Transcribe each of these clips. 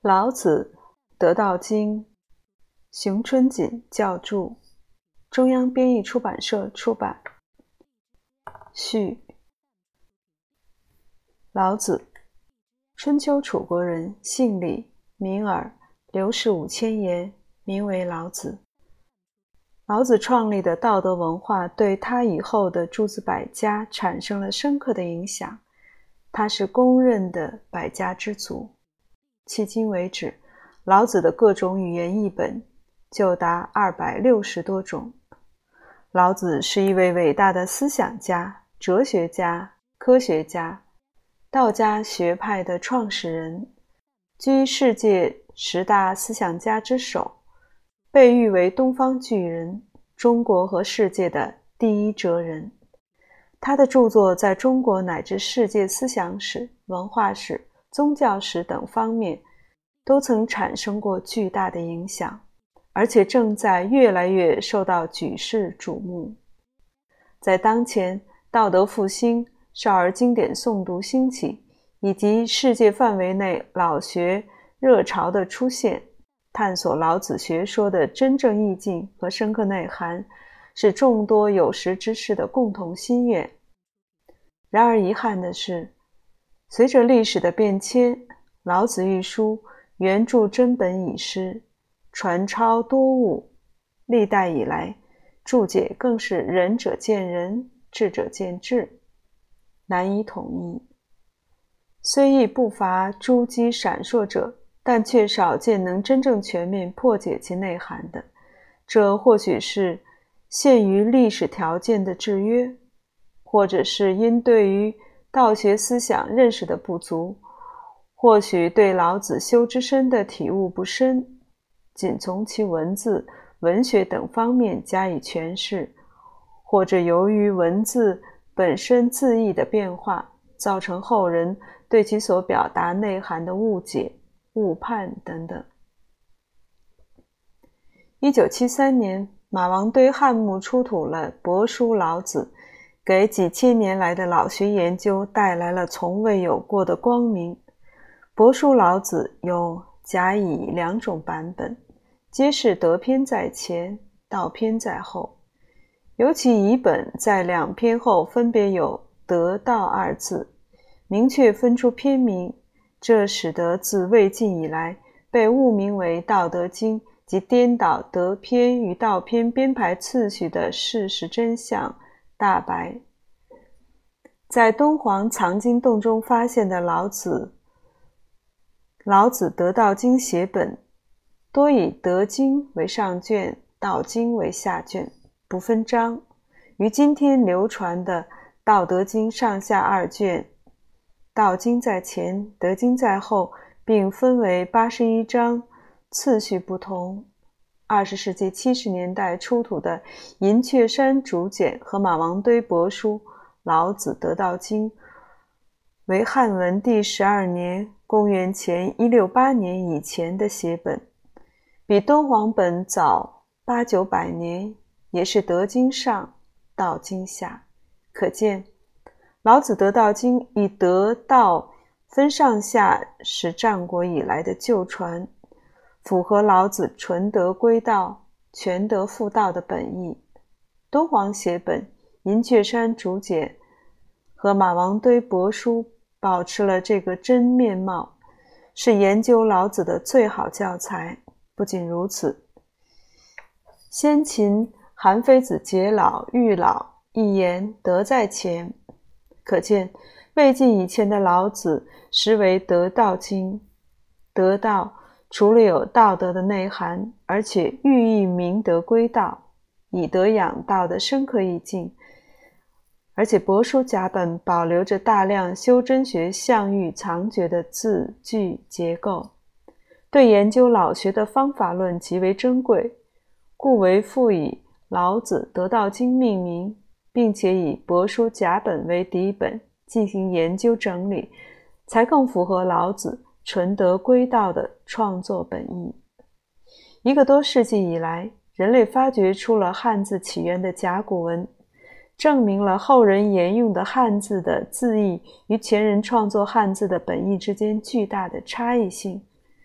老子得道经，熊春锦校注，中央编译出版社出版。序。老子，春秋楚国人，姓李，名耳，刘氏5000言，名为老子。老子创立的道德文化对他以后的诸子百家产生了深刻的影响，他是公认的百家之祖。迄今为止，老子的各种语言译本就达260多种。老子是一位伟大的思想家、哲学家、科学家，道家学派的创始人，居世界10大思想家之首，被誉为东方巨人，中国和世界的第一哲人。他的著作在中国乃至世界思想史、文化史、宗教史等方面都曾产生过巨大的影响，而且正在越来越受到举世瞩目。在当前道德复兴、少儿经典诵读兴起，以及世界范围内老学热潮的出现，探索老子学说的真正意境和深刻内涵，是众多有识之士的共同心愿。然而遗憾的是，随着历史的变迁，老子一书原著真本已失，传抄多误，历代以来注解更是仁者见仁，智者见智，难以统一。虽亦不乏珠玑闪烁者，但却少见能真正全面破解其内涵的。这或许是限于历史条件的制约，或者是因对于道学思想认识的不足，或许对老子修之深的体悟不深，仅从其文字、文学等方面加以诠释，或者由于文字本身字义的变化，造成后人对其所表达内涵的误解、误判等等。1973年，马王堆汉墓出土了帛书老子，给几千年来的老学研究带来了从未有过的光明。帛书老子有甲乙2种版本，皆是德篇在前，道篇在后。尤其乙本在2篇后分别有德道2字，明确分出篇名，这使得自魏晋以来被误名为道德经及颠倒德篇与道篇编排次序的事实真相大白。在敦煌藏经洞中发现的老子得道经写本，多以德经为上卷，道经为下卷，不分章，与今天流传的道德经上下2卷，道经在前，德经在后，并分为81章，次序不同。20世纪70年代出土的银雀山竹简和马王堆帛书老子得道经，为汉文第12年公元前168年以前的写本，比敦煌本早800-900年，也是德经上，道经下。可见老子得道经以德道分上下是战国以来的旧传，符合老子纯德归道、全德复道的本意。敦煌写本、银雀山竹简和马王堆帛书保持了这个真面貌，是研究老子的最好教材。不仅如此，先秦韩非子解老、喻老一言德在前，可见魏晋以前的老子实为得道经。得道除了有道德的内涵，而且寓意明德归道、以德养道的深刻意境，而且帛书甲本保留着大量修真学象喻藏诀的字句结构，对研究老学的方法论极为珍贵，故为复以老子得道经命名，并且以帛书甲本为底本进行研究整理，才更符合老子纯德归道的创作本意。1个多世纪以来，人类发掘出了汉字起源的甲骨文，证明了后人沿用的汉字的字义与前人创作汉字的本意之间巨大的差异性。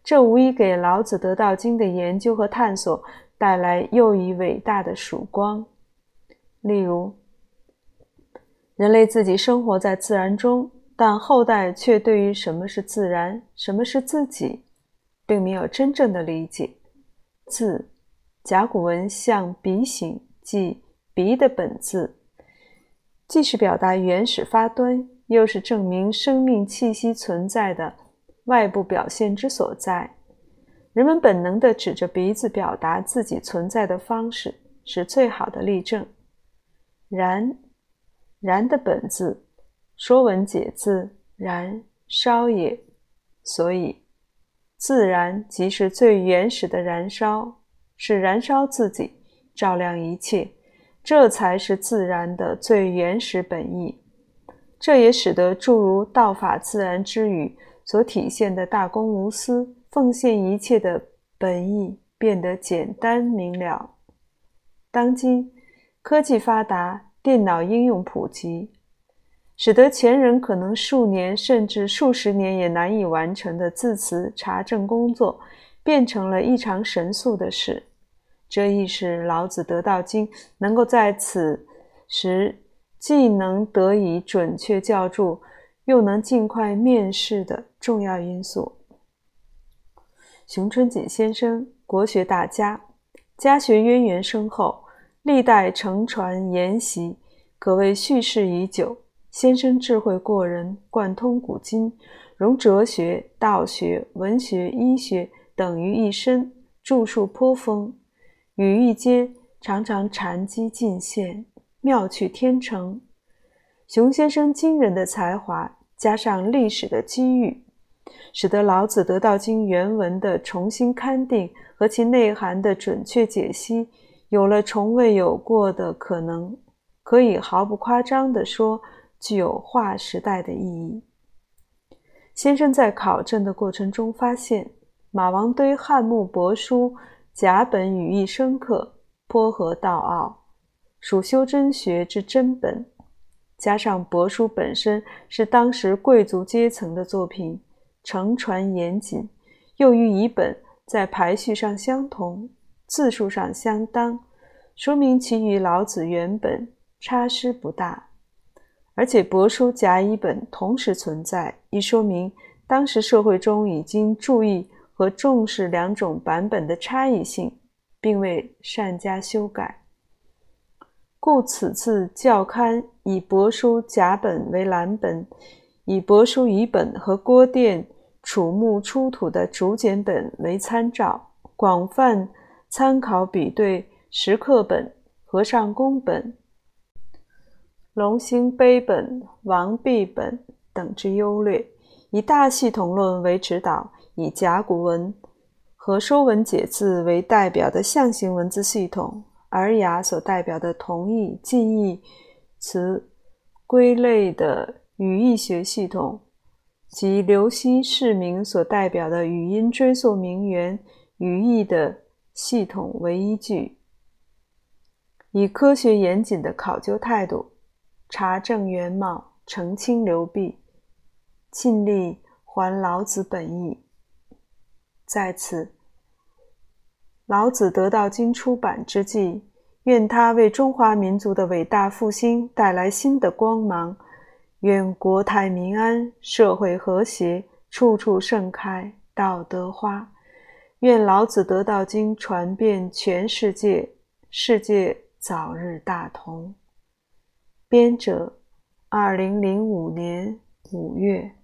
这无疑给老子得道经的研究和探索带来又一伟大的曙光。例如，人类自己生活在自然中，但后代却对于什么是自然，什么是自己，并没有真正的理解。字，甲骨文象鼻形，即鼻的本字，既是表达原始发端，又是证明生命气息存在的外部表现之所在。人们本能地指着鼻子表达自己存在的方式，是最好的例证。燃，燃的本字，说文解字，燃烧也，所以自然即是最原始的燃烧，是燃烧自己，照亮一切，这才是自然的最原始本意。这也使得诸如道法自然之语所体现的大公无私、奉献一切的本意变得简单明了。当今科技发达，电脑应用普及，使得前人可能数年甚至数十年也难以完成的字词查证工作，变成了异常神速的事。这亦是老子得道经能够在此时既能得以准确校注，又能尽快面世的重要因素。熊春锦先生，国学大家，家学渊源深厚，历代承传沿袭，可谓蓄世已久。先生智慧过人，贯通古今，融哲学、道学、文学、医学等于一身，著述颇丰，语义间常常禅机尽现，妙趣天成。熊先生惊人的才华，加上历史的机遇，使得老子得道经原文的重新勘定和其内涵的准确解析有了从未有过的可能，可以毫不夸张地说，具有划时代的意义。先生在考证的过程中发现，马王堆汉墓帛书甲本语义深刻，颇合道奥，属修真学之真本。加上帛书本身是当时贵族阶层的作品，承传严谨，又与乙本在排序上相同，字数上相当，说明其与老子原本差失不大。而且帛书甲乙本同时存在，亦说明当时社会中已经注意和重视两种版本的差异性，并未善加修改。故此次校勘以帛书甲本为蓝本，以帛书乙本和郭店楚墓出土的竹简本为参照，广泛参考比对石刻本、和尚宫本、龙兴碑本、王弼本等之优劣，以大系统论为指导，以甲骨文和说文解字为代表的象形文字系统，尔雅所代表的同义、近义词归类的语义学系统，及刘熙释名所代表的语音追溯名源、语义的系统为依据，以科学严谨的考究态度查证原貌，澄清流弊，尽力还老子本意。在此，老子得道经出版之际，愿他为中华民族的伟大复兴带来新的光芒，愿国泰民安，社会和谐，处处盛开道德花。愿老子得道经传遍全世界，世界早日大同。编者2005年5月。